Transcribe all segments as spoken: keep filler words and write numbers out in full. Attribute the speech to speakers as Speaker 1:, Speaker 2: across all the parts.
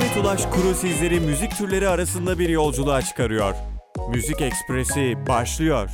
Speaker 1: Ahmet Ulaş Kuru sizleri müzik türleri arasında bir yolculuğa çıkarıyor. Müzik Ekspresi başlıyor.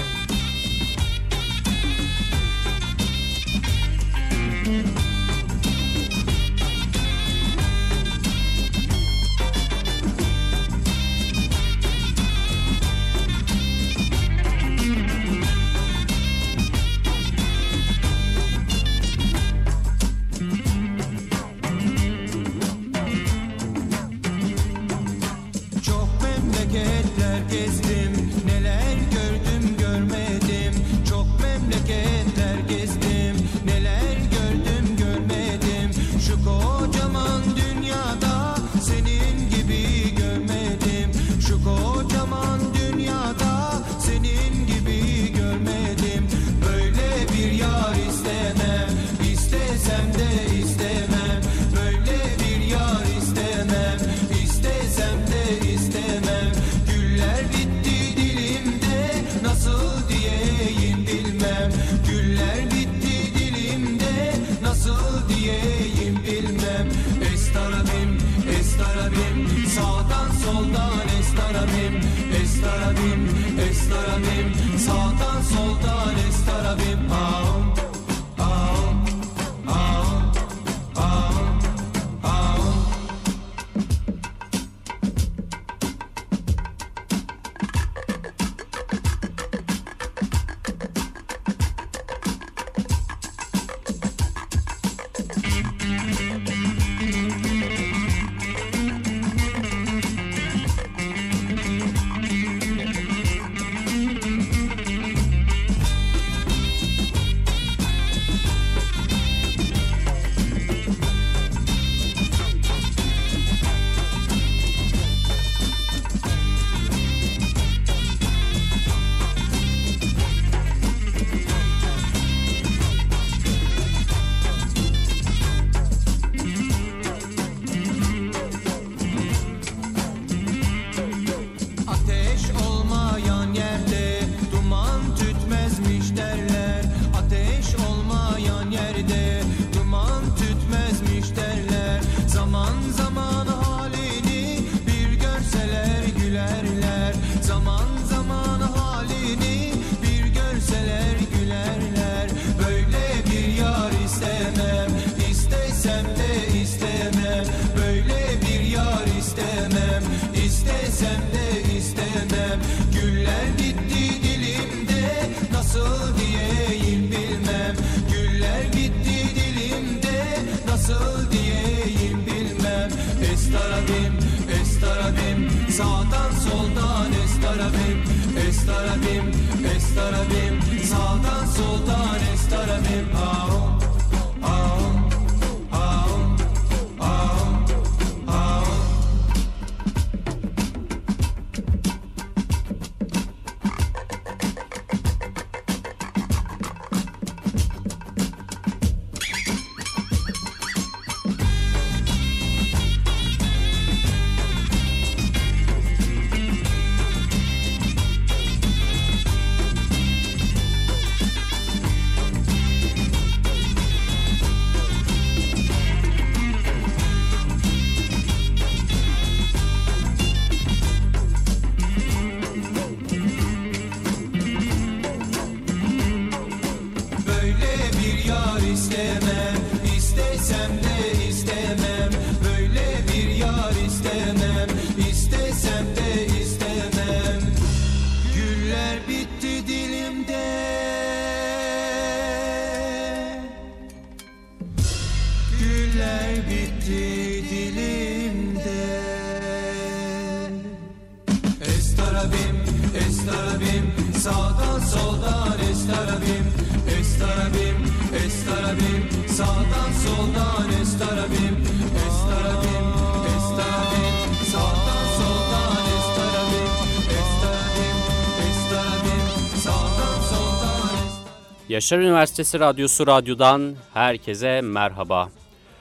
Speaker 2: Yaşar Üniversitesi Radyosu Radyo'dan herkese merhaba.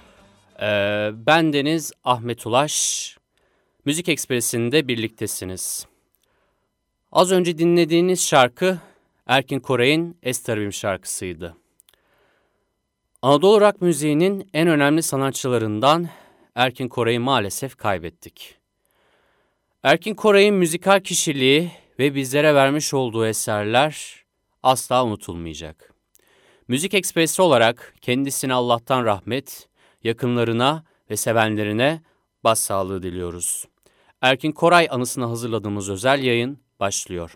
Speaker 2: Ee, ben Deniz Ahmet Ulaş. Müzik Ekspresi'nde birliktesiniz. Az önce dinlediğiniz şarkı Erkin Koray'ın Estarabim şarkısıydı. Anadolu rock müziğinin en önemli sanatçılarından Erkin Koray'ı maalesef kaybettik. Erkin Koray'ın müzikal kişiliği ve bizlere vermiş olduğu eserler asla unutulmayacak. Müzik Ekspresi olarak kendisine Allah'tan rahmet, yakınlarına ve sevenlerine başsağlığı diliyoruz. Erkin Koray anısına hazırladığımız özel yayın başlıyor.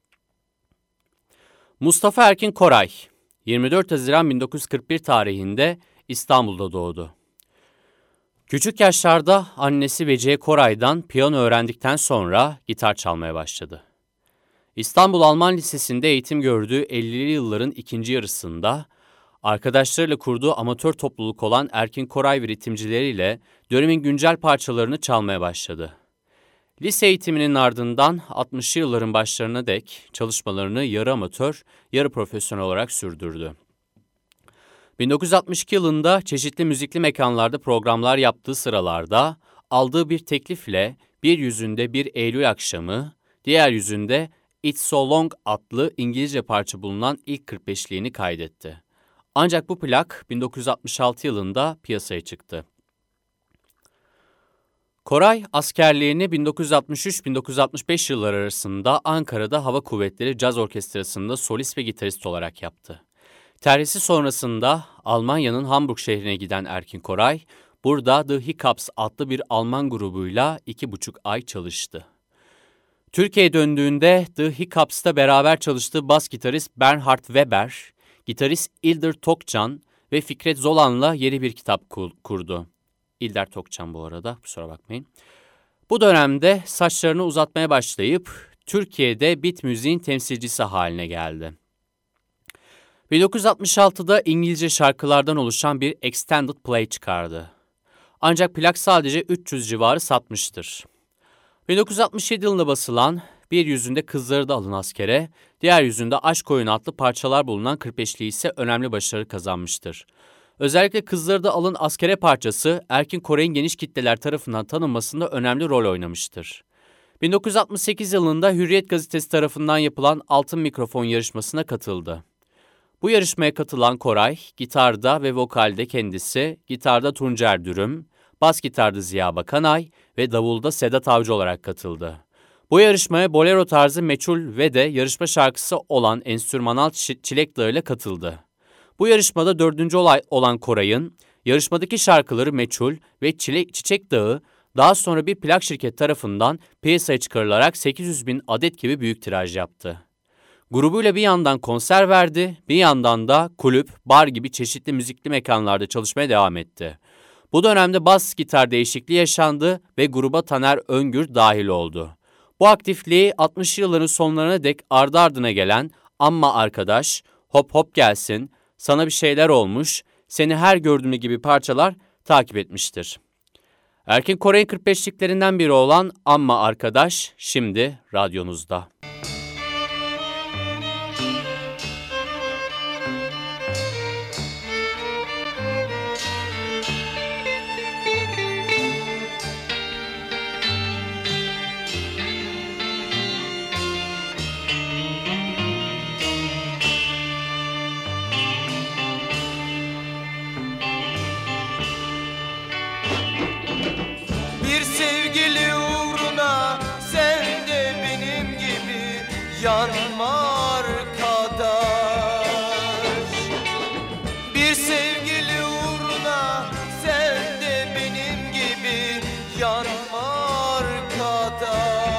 Speaker 2: Mustafa Erkin Koray, yirmi dört Haziran bin dokuz yüz kırk bir tarihinde İstanbul'da doğdu. Küçük yaşlarda annesi Vecihe Koray'dan piyano öğrendikten sonra gitar çalmaya başladı. İstanbul Alman Lisesi'nde eğitim gördüğü ellili yılların ikinci yarısında arkadaşlarıyla kurduğu amatör topluluk olan Erkin Koray ve ritimcileriyle dönemin güncel parçalarını çalmaya başladı. Lise eğitiminin ardından altmışlı yılların başlarına dek çalışmalarını yarı amatör, yarı profesyonel olarak sürdürdü. bin dokuz yüz altmış iki yılında çeşitli müzikli mekanlarda programlar yaptığı sıralarda aldığı bir teklifle bir yüzünde bir Eylül akşamı, diğer yüzünde It's So Long adlı İngilizce parça bulunan ilk kırk beşliğini kaydetti. Ancak bu plak bin dokuz yüz altmış altı yılında piyasaya çıktı. Koray askerliğini bin dokuz yüz altmış üç bin dokuz yüz altmış beş yılları arasında Ankara'da Hava Kuvvetleri Caz Orkestrası'nda solist ve gitarist olarak yaptı. Terhisi sonrasında Almanya'nın Hamburg şehrine giden Erkin Koray, burada The Hiccups adlı bir Alman grubuyla iki buçuk ay çalıştı. Türkiye'ye döndüğünde The Hiccups'ta beraber çalıştığı bas gitarist Bernhard Weber, gitarist İlder Tokcan ve Fikret Zolan'la yeni bir kitap kurdu. İlder Tokcan bu arada, kusura bakmayın. Bu dönemde saçlarını uzatmaya başlayıp Türkiye'de beat müziğin temsilcisi haline geldi. bin dokuz yüz altmış altıda İngilizce şarkılardan oluşan bir extended play çıkardı. Ancak plak sadece üç yüz civarı satmıştır. bin dokuz yüz altmış yedi yılında basılan bir yüzünde Kızları da Alın Askere, diğer yüzünde Aşk Oyunu adlı parçalar bulunan kırk beşliği ise önemli başarı kazanmıştır. Özellikle Kızları da Alın Askere parçası Erkin Koray'ın geniş kitleler tarafından tanınmasında önemli rol oynamıştır. bin dokuz yüz altmış sekiz yılında Hürriyet gazetesi tarafından yapılan Altın Mikrofon yarışmasına katıldı. Bu yarışmaya katılan Koray, gitarda ve vokalde kendisi, gitarda Tuncer Dürüm, bas gitarda Ziya Bakanay ve davulda Sedat Avcı olarak katıldı. Bu yarışmaya bolero tarzı meçhul ve de yarışma şarkısı olan enstrümanal Çilek Dağı ile katıldı. Bu yarışmada dördüncü olay olan Koray'ın yarışmadaki şarkıları meçhul ve Çilek, Çiçek Dağı daha sonra bir plak şirket tarafından piyasaya çıkarılarak sekiz yüz bin adet gibi büyük tiraj yaptı. Grubuyla bir yandan konser verdi, bir yandan da kulüp, bar gibi çeşitli müzikli mekanlarda çalışmaya devam etti. Bu dönemde bas gitar değişikliği yaşandı ve gruba Taner Öngür dahil oldu. Bu aktifliği altmışlı yılların sonlarına dek ardı ardına gelen Amma Arkadaş, Hop Hop Gelsin, Sana Bir Şeyler Olmuş, Seni Her Gördüğümde gibi parçalar takip etmiştir. Erkin Koray'ın kırk beşliklerinden biri olan Amma Arkadaş şimdi radyonuzda.
Speaker 3: Yanma arkadaş, bir sevgili uğruna sen de benim gibi yanma arkadaş.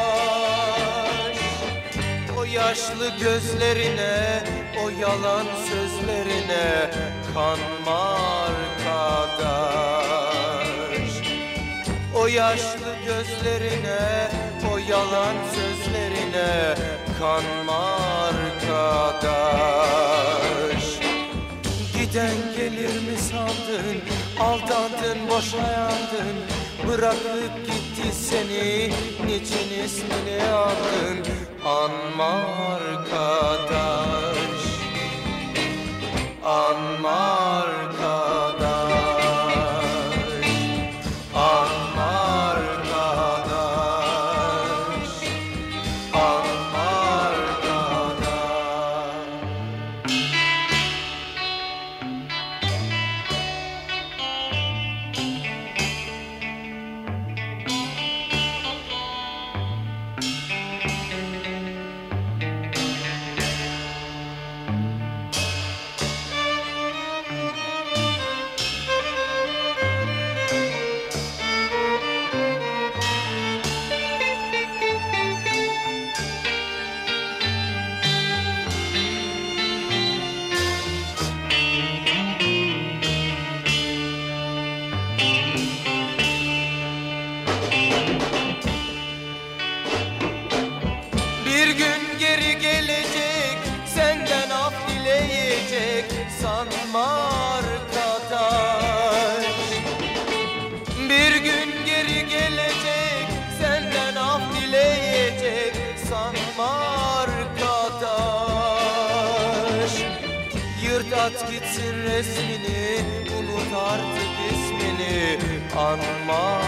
Speaker 3: O yaşlı gözlerine, o yalan sözlerine kanma arkadaş. O yaşlı gözlerine, o yalan sözlerine kanma arkadaş. Giden gelir mi sandın, aldandın, boşa yandın. Bırakıp gitti seni, niçin ismini andın? Anma arkadaş, anma arkadaş. at gitsin resmini, unut artık ismini, anma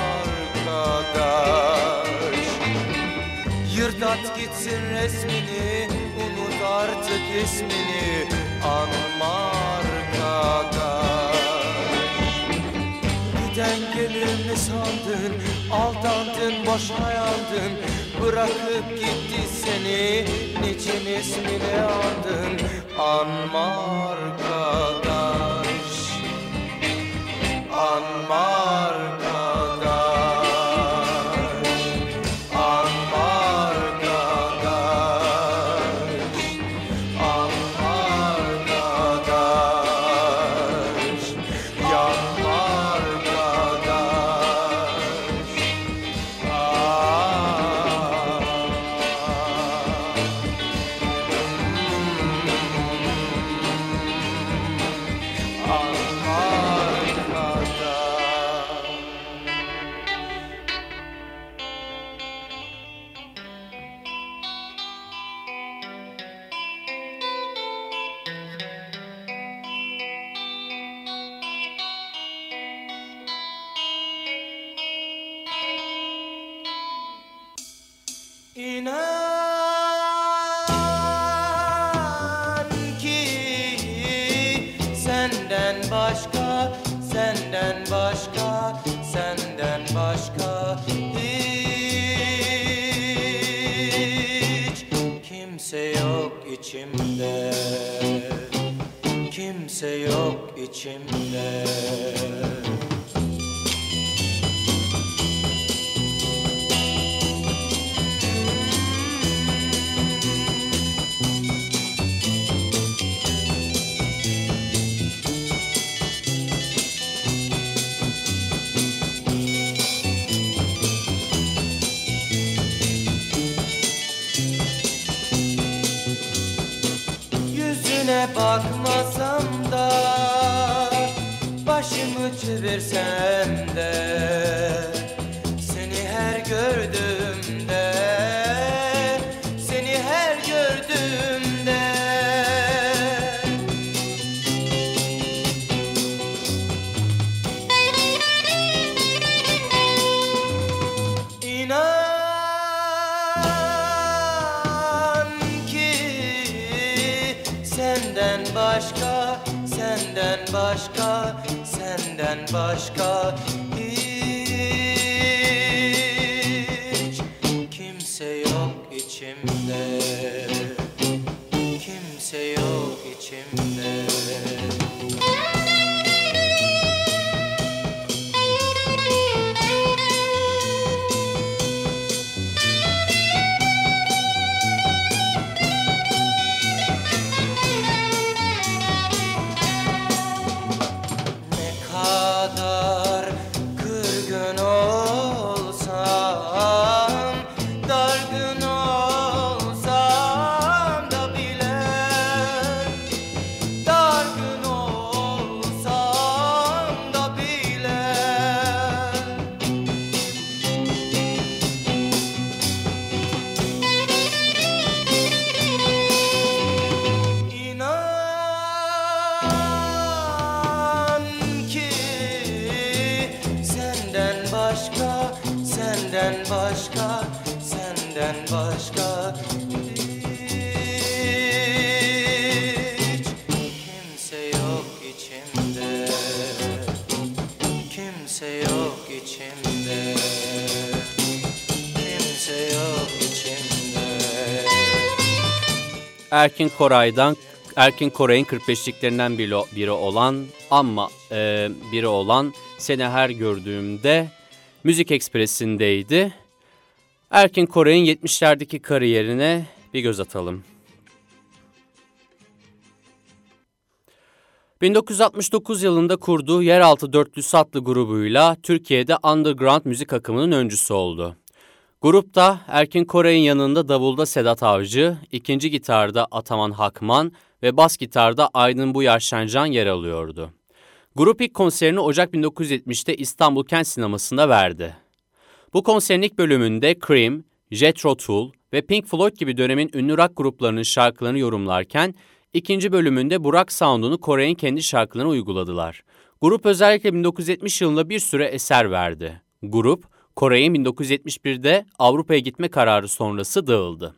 Speaker 3: arkadaş. Yırt at gitsin resmini, unut artık ismini, anma arkadaş. Giden gelir mi sandın, aldandın, boşa yandın, bırakıp gitti seni, niçin ismini andın, anma arkadaş, anma arkadaş, anma arkadaş, anma arkadaş, yanma arkadaş, İnan ki senden başka, senden başka, senden başka hiç kimse yok içimde, kimse yok içimde. Yüzüne bakmasam da, başımı çevirsem de, seni her gördüğümde, seni her gördüğümde İnan ki senden başka, senden başka, senden başka hiç kimse yok içimde, kimse yok içimde. Ne kadar kırgın olsam, dargın olsam da bile, dargın olsam da bile, İnan ki senden başka, senden başka, senden başka hiç kimse yok içimde, kimse yok içimde, kimse yok içimde.
Speaker 2: Erkin Koray'dan Erkin Koray'ın kırk beşliklerinden biri, biri olan ama e, biri olan Seni Her Gördüğümde Müzik Ekspresi'ndeydi. Erkin Koray'ın yetmişlerdeki kariyerine bir göz atalım. bin dokuz yüz altmış dokuz yılında kurduğu Yeraltı Dörtlüsü adlı grubuyla Türkiye'de underground müzik akımının öncüsü oldu. Grupta Erkin Koray'ın yanında davulda Sedat Avcı, ikinci gitarda Ataman Hakman ve bas gitarda Aydın Buyar Şencan yer alıyordu. Grup ilk konserini Ocak bin dokuz yüz yetmişte İstanbul Kent Sineması'nda verdi. Bu konserin ilk bölümünde Cream, Jethro Tull ve Pink Floyd gibi dönemin ünlü rock gruplarının şarkılarını yorumlarken, İkinci bölümünde bu rock sound'unu Koray'ın kendi şarkılarına uyguladılar. Grup özellikle bin dokuz yüz yetmiş yılında bir süre eser verdi. Grup, Koray'ın bin dokuz yüz yetmiş birde Avrupa'ya gitme kararı sonrası dağıldı.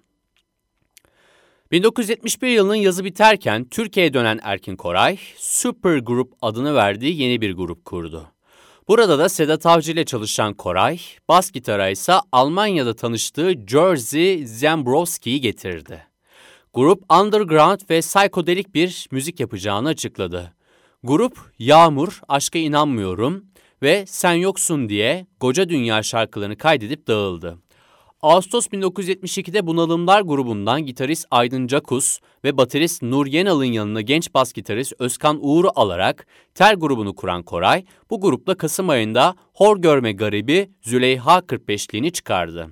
Speaker 2: bin dokuz yüz yetmiş bir yılının yazı biterken Türkiye'ye dönen Erkin Koray, Super Group adını verdiği yeni bir grup kurdu. Burada da Sedat Avcı ile çalışan Koray, bas gitara ise Almanya'da tanıştığı Jerzy Zembrowski'yi getirdi. Grup underground ve psikodelik bir müzik yapacağını açıkladı. Grup Yağmur, Aşka İnanmıyorum ve Sen Yoksun diye Koca Dünya şarkılarını kaydedip dağıldı. Ağustos bin dokuz yüz yetmiş ikide Bunalımlar grubundan gitarist Aydın Cakus ve baterist Nur Yenal'ın yanına genç bas gitarist Özkan Uğur'u alarak Tel grubunu kuran Koray, bu grupla Kasım ayında Hor Görme Garibi Züleyha kırk beşliğini çıkardı.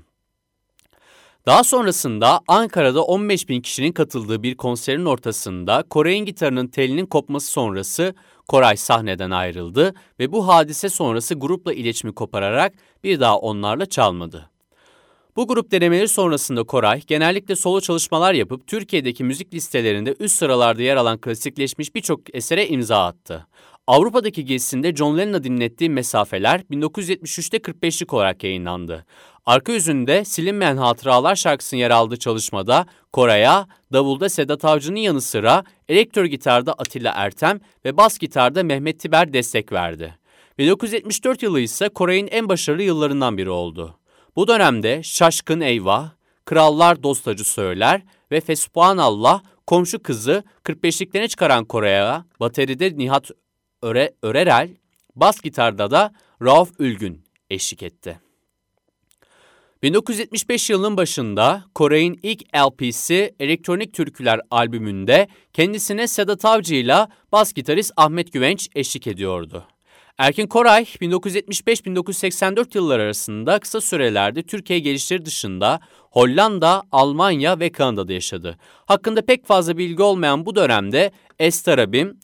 Speaker 2: Daha sonrasında Ankara'da on beş bin kişinin katıldığı bir konserin ortasında Koray'ın gitarının telinin kopması sonrası Koray sahneden ayrıldı ve bu hadise sonrası grupla iletişimi kopararak bir daha onlarla çalmadı. Bu grup denemeleri sonrasında Koray genellikle solo çalışmalar yapıp Türkiye'deki müzik listelerinde üst sıralarda yer alan klasikleşmiş birçok esere imza attı. Avrupa'daki gezisinde John Lennon'a dinlettiği Mesafeler bin dokuz yüz yetmiş üçte kırk beşlik olarak yayınlandı. Arka yüzünde Silinmeyen Hatıralar şarkısının yer aldığı çalışmada Koray'a davulda Sedat Avcı'nın yanı sıra elektro gitarda Atilla Ertem ve bas gitarda Mehmet Tiber destek verdi. bin dokuz yüz yetmiş dört yılı ise Koray'ın en başarılı yıllarından biri oldu. Bu dönemde Şaşkın Eyvah, Krallar Dostacı Söyler ve Fesubhanallah Komşu Kızı kırk beşliklerine çıkaran Koray'a bateride Nihat Öre, Örerel, bas gitarda da Rauf Ülgün eşlik etti. bin dokuz yüz yetmiş beş yılının başında Koray'ın ilk L P'si Elektronik Türküler albümünde kendisine Sedat Avcı ile bas gitarist Ahmet Güvenç eşlik ediyordu. Erkin Koray, bin dokuz yüz yetmiş beş bin dokuz yüz seksen dört yılları arasında kısa sürelerde Türkiye gelişleri dışında Hollanda, Almanya ve Kanada'da yaşadı. Hakkında pek fazla bilgi olmayan bu dönemde Estarabim,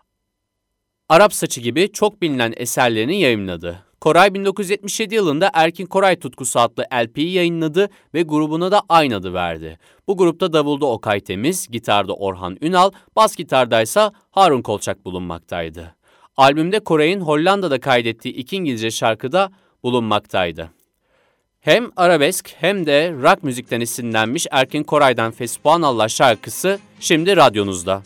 Speaker 2: Arap Saçı gibi çok bilinen eserlerini yayımladı. Koray bin dokuz yüz yetmiş yedi yılında Erkin Koray Tutkusu adlı L P'yi yayınladı ve grubuna da aynı adı verdi. Bu grupta davulda Okay Temiz, gitarda Orhan Ünal, bas gitardaysa Harun Kolçak bulunmaktaydı. Albümde Koray'ın Hollanda'da kaydettiği iki İngilizce şarkı da bulunmaktaydı. Hem arabesk hem de rock müzikten esinlenmiş Erkin Koray'dan Fesubhanallah şarkısı şimdi radyonuzda.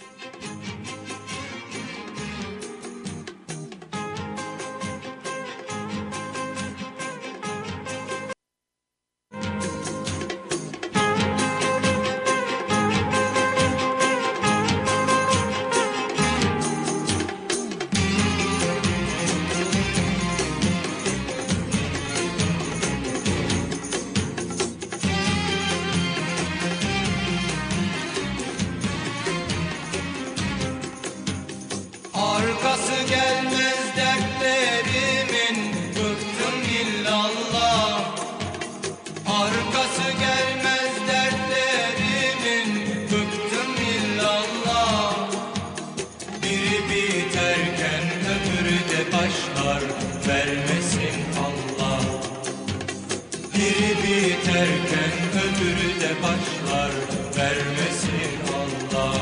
Speaker 3: Arkası gelmez dertlerimin, bıktım illallah. Arkası gelmez dertlerimin, bıktım illallah. Biri biterken öbürü de başlar, vermesin Allah. Biri biterken öbürü de başlar, vermesin Allah.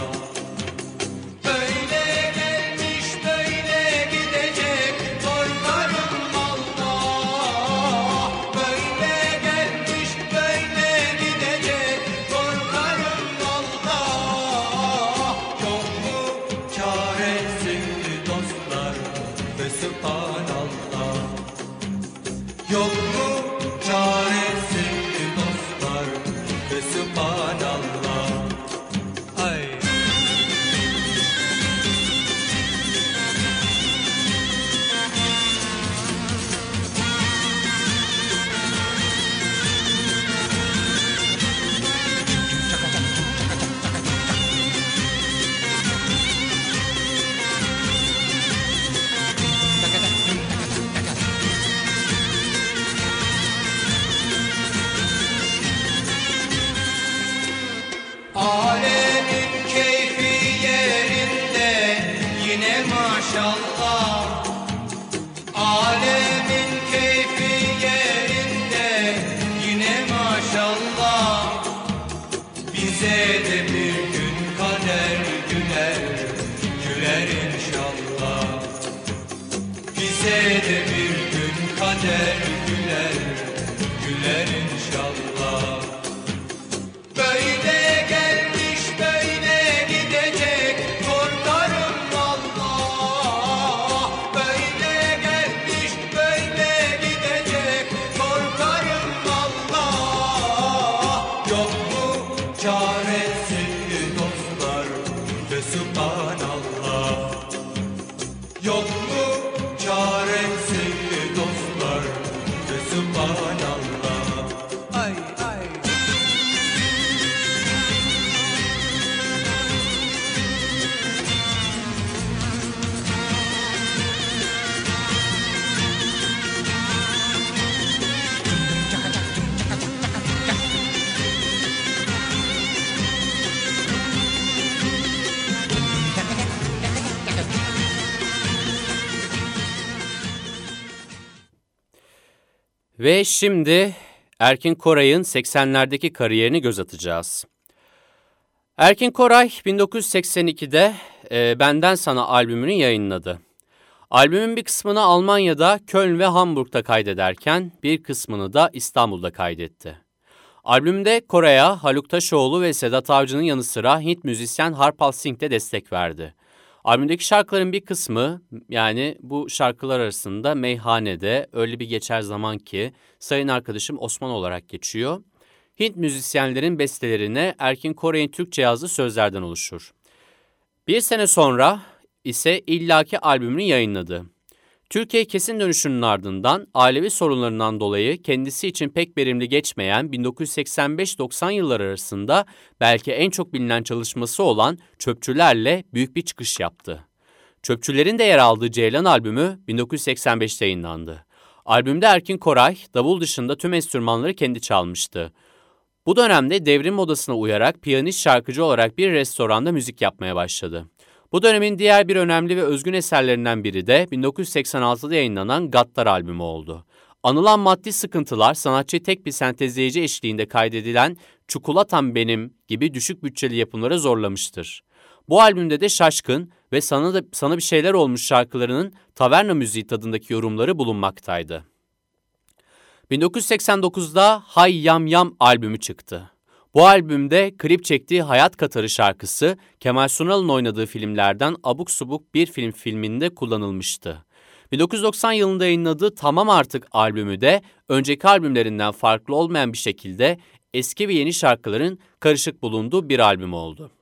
Speaker 3: Yok mu çaresi dostlar ve Sübhanallah. güler inşallah. Böyle gelmiş böyle gidecek, korkarım Allah. Böyle gelmiş böyle gidecek, korkarım Allah. Yok mu çaresi dostlar ve subhanallah. Yok mu çaresi dostlar ve subhanallah. Ay ay.
Speaker 2: Ve şimdi Erkin Koray'ın seksenlerdeki kariyerini göz atacağız. Erkin Koray bin dokuz yüz seksen ikide e, Benden Sana albümünü yayınladı. Albümün bir kısmını Almanya'da, Köln ve Hamburg'da kaydederken bir kısmını da İstanbul'da kaydetti. Albümde Koray'a Haluk Taşoğlu ve Sedat Avcı'nın yanı sıra Hint müzisyen Harpal Singh de destek verdi. Albümdeki şarkıların bir kısmı, yani bu şarkılar arasında Meyhane'de, Öyle Bir Geçer Zaman Ki, Sayın Arkadaşım Osman olarak geçiyor. Hint müzisyenlerin bestelerine Erkin Koray'ın Türkçe yazdığı sözlerden oluşur. Bir sene sonra ise İllaki albümünü yayınladı. Türkiye kesin dönüşünün ardından ailevi sorunlarından dolayı kendisi için pek verimli geçmeyen bin dokuz yüz seksen beş doksan yılları arasında belki en çok bilinen çalışması olan Çöpçülerle büyük bir çıkış yaptı. Çöpçülerin de yer aldığı Ceylan albümü bin dokuz yüz seksen beşte yayınlandı. Albümde Erkin Koray davul dışında tüm enstrümanları kendi çalmıştı. Bu dönemde devrim modasına uyarak piyanist şarkıcı olarak bir restoranda müzik yapmaya başladı. Bu dönemin diğer bir önemli ve özgün eserlerinden biri de bin dokuz yüz seksen altıda yayınlanan Gattar albümü oldu. Anılan maddi sıkıntılar sanatçı tek bir sentezleyici eşliğinde kaydedilen Çukulatam Benim gibi düşük bütçeli yapımlara zorlamıştır. Bu albümde de Şaşkın ve Sana, da, Sana Bir Şeyler Olmuş şarkılarının taverna müziği tadındaki yorumları bulunmaktaydı. bin dokuz yüz seksen dokuzda Hay Yam Yam albümü çıktı. Bu albümde klip çektiği Hayat Katarı şarkısı Kemal Sunal'ın oynadığı filmlerden abuk subuk bir film filminde kullanılmıştı. bin dokuz yüz doksan yılında yayınladığı Tamam Artık albümü de önceki albümlerinden farklı olmayan bir şekilde eski ve yeni şarkıların karışık bulunduğu bir albüm oldu.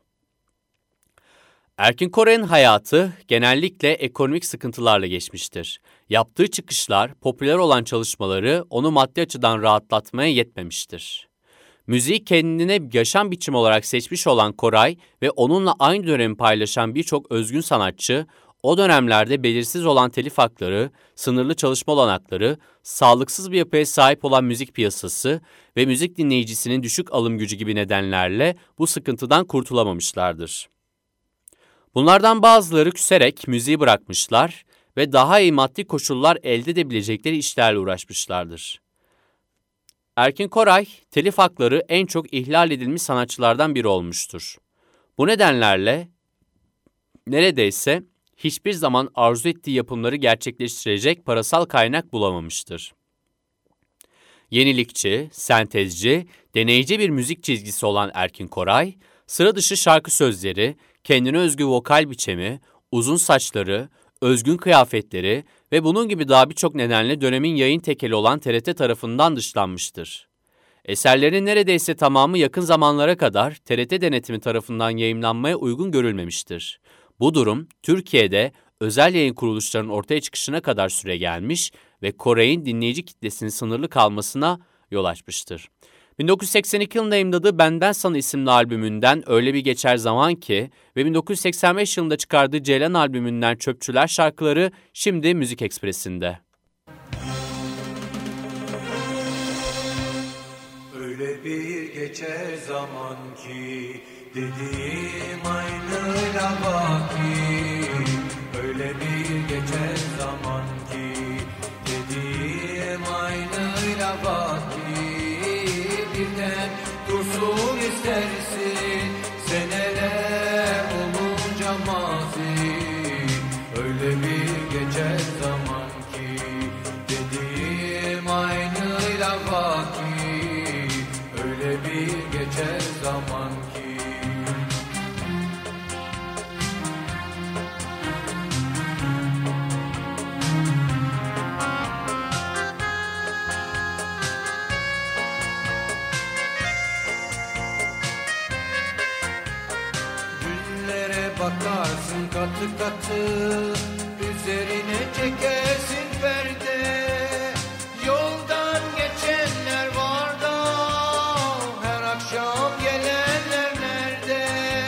Speaker 2: Erkin Koray'ın hayatı genellikle ekonomik sıkıntılarla geçmiştir. Yaptığı çıkışlar, popüler olan çalışmaları onu maddi açıdan rahatlatmaya yetmemiştir. Müziği kendine yaşam biçimi olarak seçmiş olan Koray ve onunla aynı dönemi paylaşan birçok özgün sanatçı, o dönemlerde belirsiz olan telif hakları, sınırlı çalışma olanakları, sağlıksız bir yapıya sahip olan müzik piyasası ve müzik dinleyicisinin düşük alım gücü gibi nedenlerle bu sıkıntıdan kurtulamamışlardır. Bunlardan bazıları küserek müziği bırakmışlar ve daha iyi maddi koşullar elde edebilecekleri işlerle uğraşmışlardır. Erkin Koray, telif hakları en çok ihlal edilmiş sanatçılardan biri olmuştur. Bu nedenlerle neredeyse hiçbir zaman arzu ettiği yapımları gerçekleştirecek parasal kaynak bulamamıştır. Yenilikçi, sentezci, deneyici bir müzik çizgisi olan Erkin Koray, sıra dışı şarkı sözleri, kendine özgü vokal biçimi, uzun saçları, özgün kıyafetleri ve bunun gibi daha birçok nedenle dönemin yayın tekeli olan T R T tarafından dışlanmıştır. Eserlerin neredeyse tamamı yakın zamanlara kadar T R T denetimi tarafından yayımlanmaya uygun görülmemiştir. Bu durum Türkiye'de özel yayın kuruluşlarının ortaya çıkışına kadar süre gelmiş ve Koray'ın dinleyici kitlesinin sınırlı kalmasına yol açmıştır. bin dokuz yüz seksen iki yılında yayımladığı Benden Sana isimli albümünden Öyle Bir Geçer Zaman Ki ve bin dokuz yüz seksen beş yılında çıkardığı Ceylan albümünden Çöpçüler şarkıları şimdi Müzik Ekspresi'nde.
Speaker 3: Öyle bir geçer zaman ki dediğim aynı lavaki. Öyle bir geçer zaman ki dediğim aynı lavaki. Birden dursun istersin seneler olunca mazi. Öyle bir geçer zaman ki dediğim aynı lavaki. geçer zaman ki. Günlere bakarsın katı katı, üzerine çekersin perde. Yoldan geçenler var da, her akşam gelenler nerede?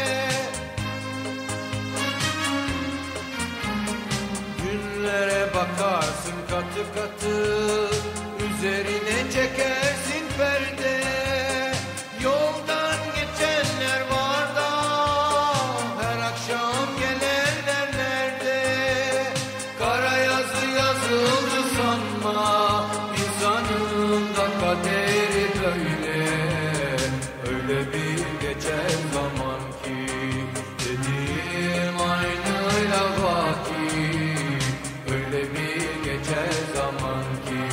Speaker 3: Günlere bakarsın katı katı, üzerine çekersin perde. Yoldan geçenler var da, her akşam gelenler nerede? Kara yazı yazıldı sanma, insanın da kaderi böyle. Öyle bir geçer zaman ki, dediğim aynıyla vaki. Öyle bir geçer zaman ki.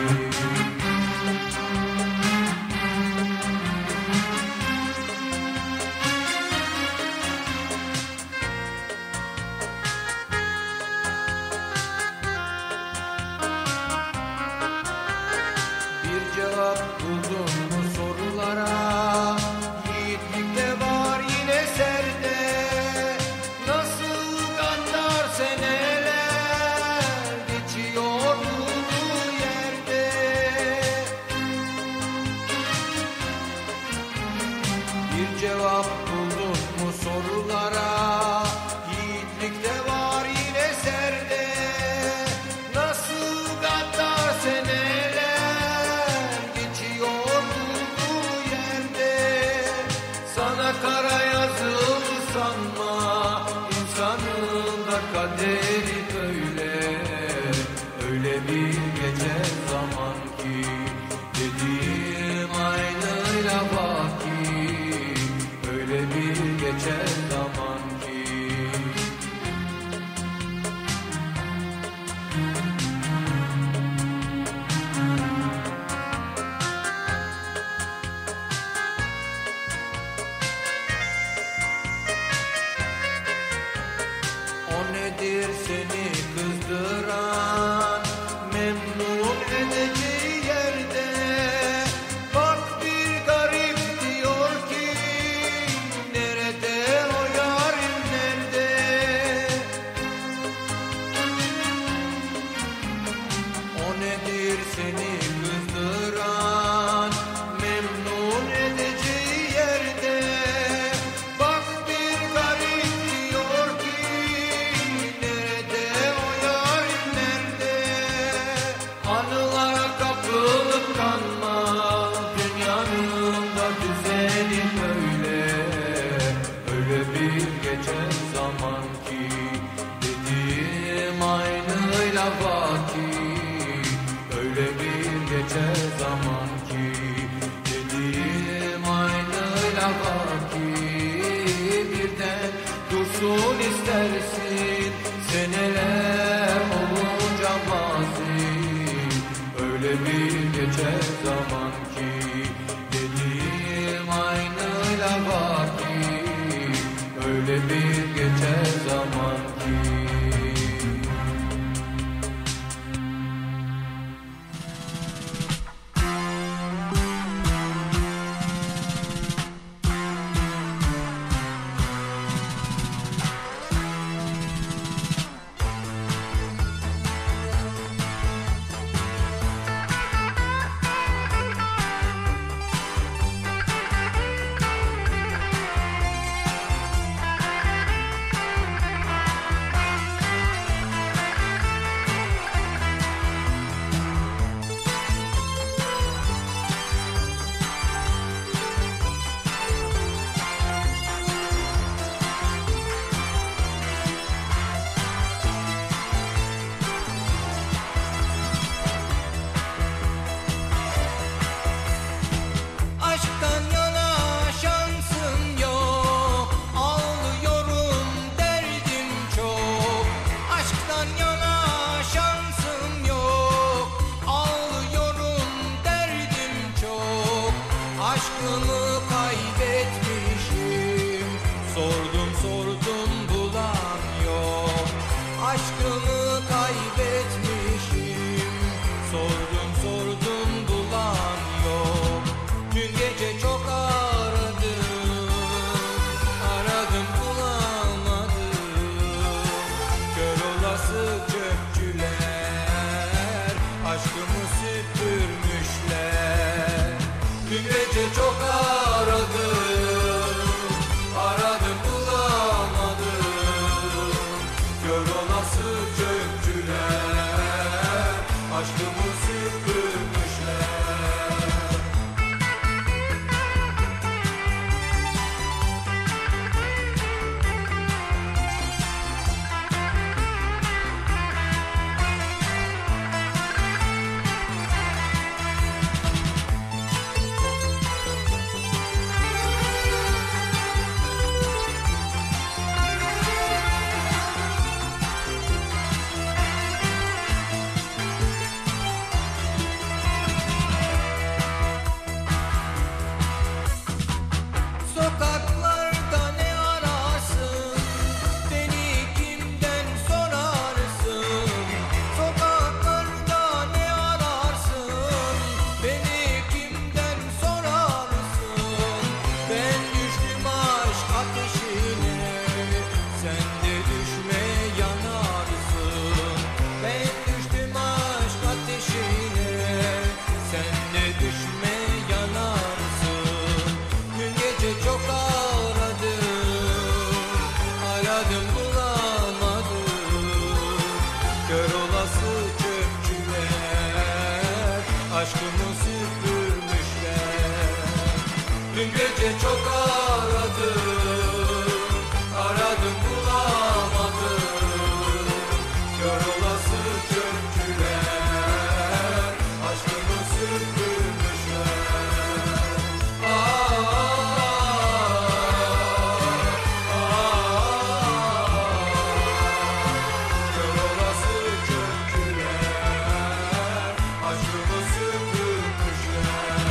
Speaker 3: Bir cevap buldun mu sorulara? Yiğitlik de var yine serde. Nasıl gaddar seneler geçiyor bulduğu yerde. Bir cevap buldun mu sorulara? Yiğitlik de var yine serde. Nasıl gaddar seneler geçiyor bulduğu yerde. Sana kara yazıldı sanma, insanın da kaderi böyle. Öyle bir geçer zaman ki, dediğim aynıyla vaki. Öyle bir geçer zaman ki. O nedir seni kızdıran, memnun edeceği yerde? Bak bir garip diyor ki, nerede o yarim nerede? O nedir seni kızdıran, memnun edeceği yerde? Bak bir garip diyor ki, nerede o yarim nerede? Anılara kapılıp kanma, dünyanın da düzeni böyle. Öyle bir geçer zaman ki, dediğim aynıyla vaki. Öyle bir geçer zaman ki, dediğim aynıyla vaki. Birden dursun istersin, seneler olunca mazi. Öyle bir geçer zaman ki, dediğim aynıyla vaki. Öyle bir geçer zaman ki.
Speaker 4: aşkını kay
Speaker 3: Dün gece çok aradım, aradım bulamadım. Kör olası çöpçüler, aşkımı sürdürmüşler. Aa, aa, kör olası çöpçüler, aşkımı sürdürmüşler.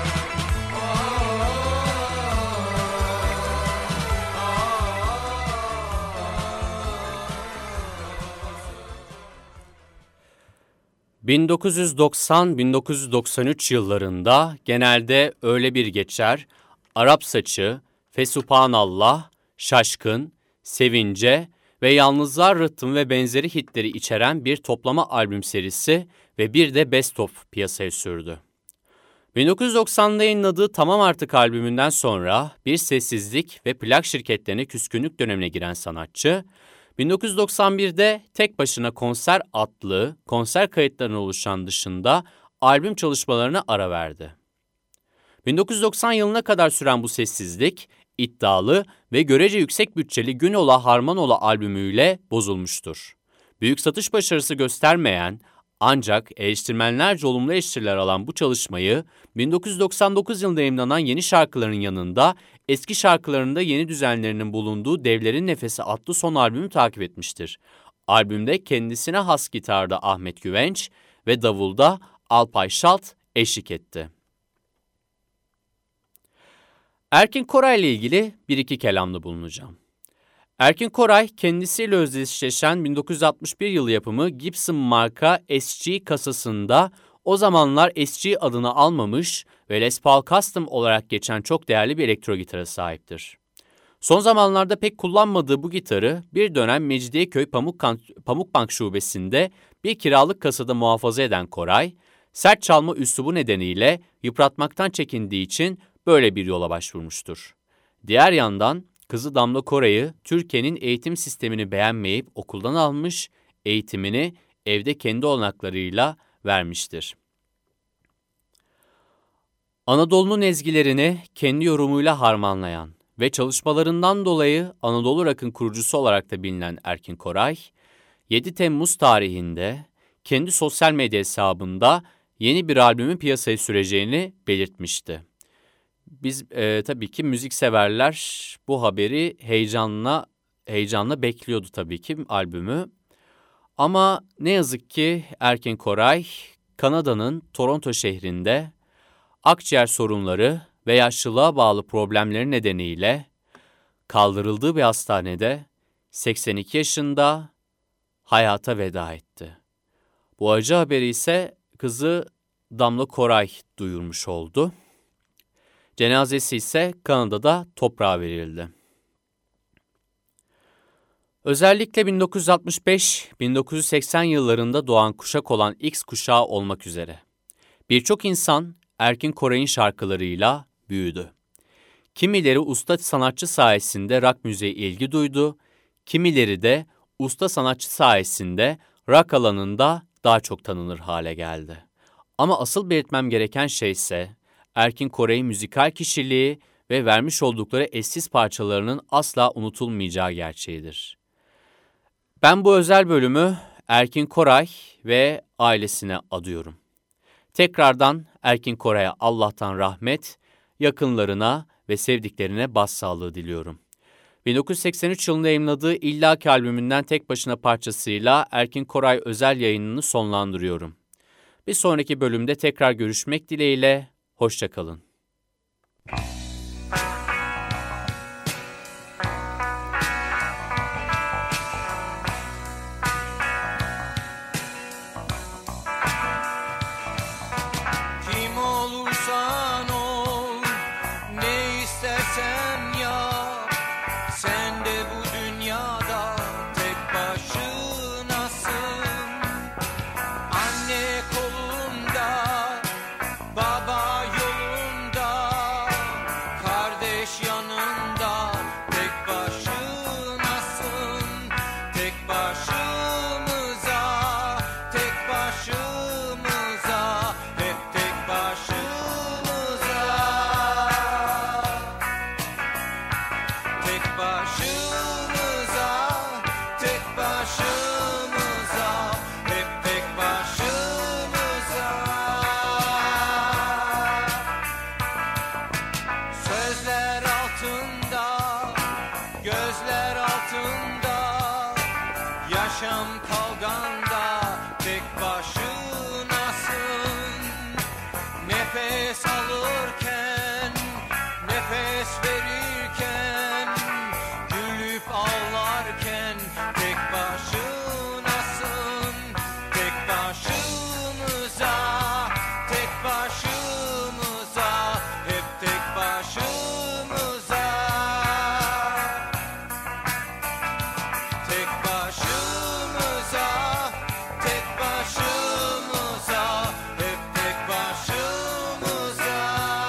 Speaker 2: bin dokuz yüz doksan - bin dokuz yüz doksan üç yıllarında genelde Öyle Bir Geçer, Arap Saçı, Fesubhanallah, Şaşkın, Sevince ve Yalnızlar Rıhtım ve benzeri hitleri içeren bir toplama albüm serisi ve bir de Best Of piyasaya sürdü. bin dokuz yüz doksanda yayınladığı Tamam Artık albümünden sonra bir sessizlik ve plak şirketlerine küskünlük dönemine giren sanatçı, bin dokuz yüz doksan birde tek başına konser adlı konser kayıtlarından oluşan dışında albüm çalışmalarına ara verdi. bin dokuz yüz doksan yılına kadar süren bu sessizlik, iddialı ve görece yüksek bütçeli Günola Harmanola albümüyle bozulmuştur. Büyük satış başarısı göstermeyen ancak eleştirmenlerce olumlu eleştiriler alan bu çalışmayı bin dokuz yüz doksan dokuz yılında yayımlanan yeni şarkıların yanında eski şarkılarında yeni düzenlerinin bulunduğu Devlerin Nefesi adlı son albümü takip etmiştir. Albümde kendisine has gitarda Ahmet Güvenç ve davulda Alpay Şalt eşlik etti. Erkin Koray ile ilgili bir iki kelamda bulunacağım. Erkin Koray kendisiyle özdeşleşen bin dokuz yüz altmış bir yılı yapımı Gibson marka S G kasasında o zamanlar S G adını almamış ve Les Paul Custom olarak geçen çok değerli bir elektro gitara sahiptir. Son zamanlarda pek kullanmadığı bu gitarı bir dönem Mecidiyeköy Pamukbank Şubesi'nde bir kiralık kasada muhafaza eden Koray, sert çalma üslubu nedeniyle yıpratmaktan çekindiği için böyle bir yola başvurmuştur. Diğer yandan kızı Damla Koray'ı Türkiye'nin eğitim sistemini beğenmeyip okuldan almış, eğitimini evde kendi olanaklarıyla vermiştir. Anadolu'nun ezgilerini kendi yorumuyla harmanlayan ve çalışmalarından dolayı Anadolu Rock'ın kurucusu olarak da bilinen Erkin Koray, yedi Temmuz tarihinde kendi sosyal medya hesabında yeni bir albümün piyasaya süreceğini belirtmişti. Biz e, tabii ki müzikseverler bu haberi heyecanla heyecanla bekliyordu tabii ki albümü. Ama ne yazık ki Erkin Koray, Kanada'nın Toronto şehrinde akciğer sorunları ve yaşlılığa bağlı problemleri nedeniyle kaldırıldığı bir hastanede seksen iki yaşında hayata veda etti. Bu acı haberi ise kızı Damla Koray duyurmuş oldu. Cenazesi ise Kanada'da toprağa verildi. Özellikle bin dokuz yüz altmış beş - bin dokuz yüz seksen yıllarında doğan kuşak olan X kuşağı olmak üzere birçok insan Erkin Koray'ın şarkılarıyla büyüdü. Kimileri usta sanatçı sayesinde rock müziğe ilgi duydu, kimileri de usta sanatçı sayesinde rock alanında daha çok tanınır hale geldi. Ama asıl belirtmem gereken şey ise Erkin Koray'ın müzikal kişiliği ve vermiş oldukları eşsiz parçalarının asla unutulmayacağı gerçeğidir. Ben bu özel bölümü Erkin Koray ve ailesine adıyorum. Tekrardan Erkin Koray'a Allah'tan rahmet, yakınlarına ve sevdiklerine başsağlığı diliyorum. bin dokuz yüz seksen üç yılında yayımladığı İllaki albümünden tek başına parçasıyla Erkin Koray özel yayınını sonlandırıyorum. Bir sonraki bölümde tekrar görüşmek dileğiyle, hoşça kalın.
Speaker 3: Kim olursan ol, ne istersen yap, sen de bu dünyada tek başınasın. Anne kolunda, baba yolunda. alırken, nefes verirken, gülüp ağlarken tek başınasın, tek başımıza, tek başımıza, hep tek başımıza, tek başımıza, tek başımıza, hep tek başımıza.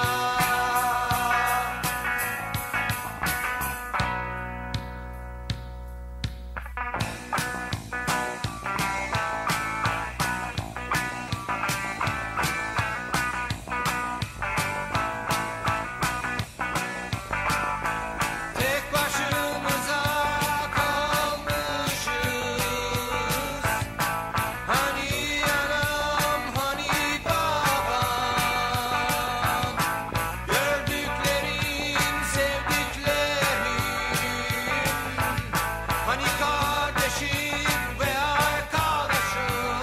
Speaker 3: Tek başımıza kalmışız. Hani anam, hani babam, gördüklerim, sevdiklerim, hani kardeşim ve arkadaşım.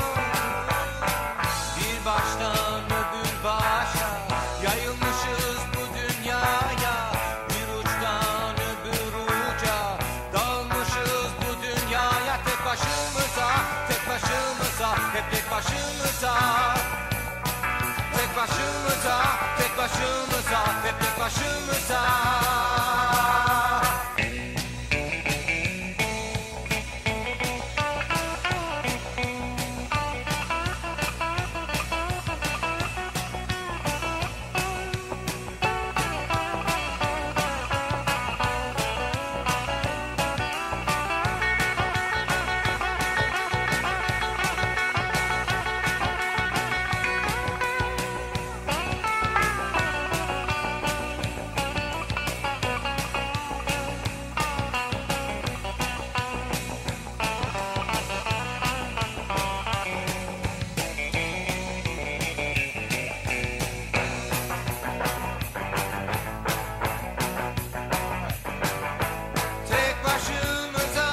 Speaker 3: Bir baştan öbür başa yayılmışız bu dünyaya, bir uçtan öbür uca dağılmışız bu dünyaya. Tek başımıza, tek başımıza, hep tek başımıza, tek başımıza, tek başımıza, hep tek başımıza. Tek başımıza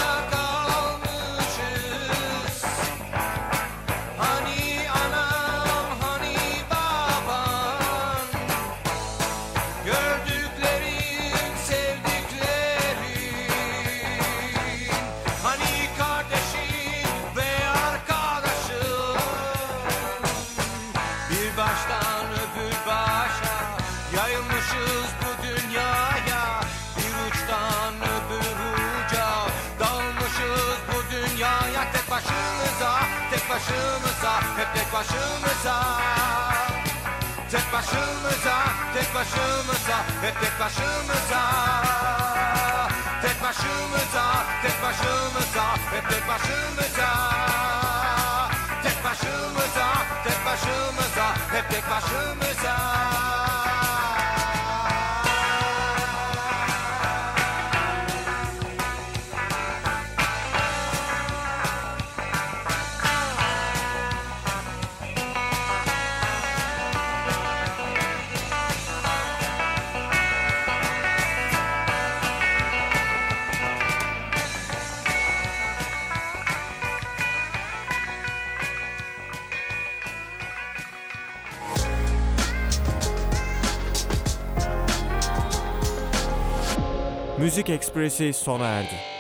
Speaker 3: kalmışız. Hani anam, hani babam, gördüklerin, sevdiklerin, hani kardeşin ve arkadaşın. Bir baştan öbür başa yayılmışız bu dünyaya, bir uçtan öbür uca dağılmışız bu dünyaya. Tek başımıza, tek başımıza, hep tek başımıza, tek başımıza, tek başımıza, hep tek başımıza, tek başımıza, tek başımıza, hep tek başımıza, tek başımıza, tek başımıza, hep tek başımıza.
Speaker 1: Müzik Ekspresi sona erdi.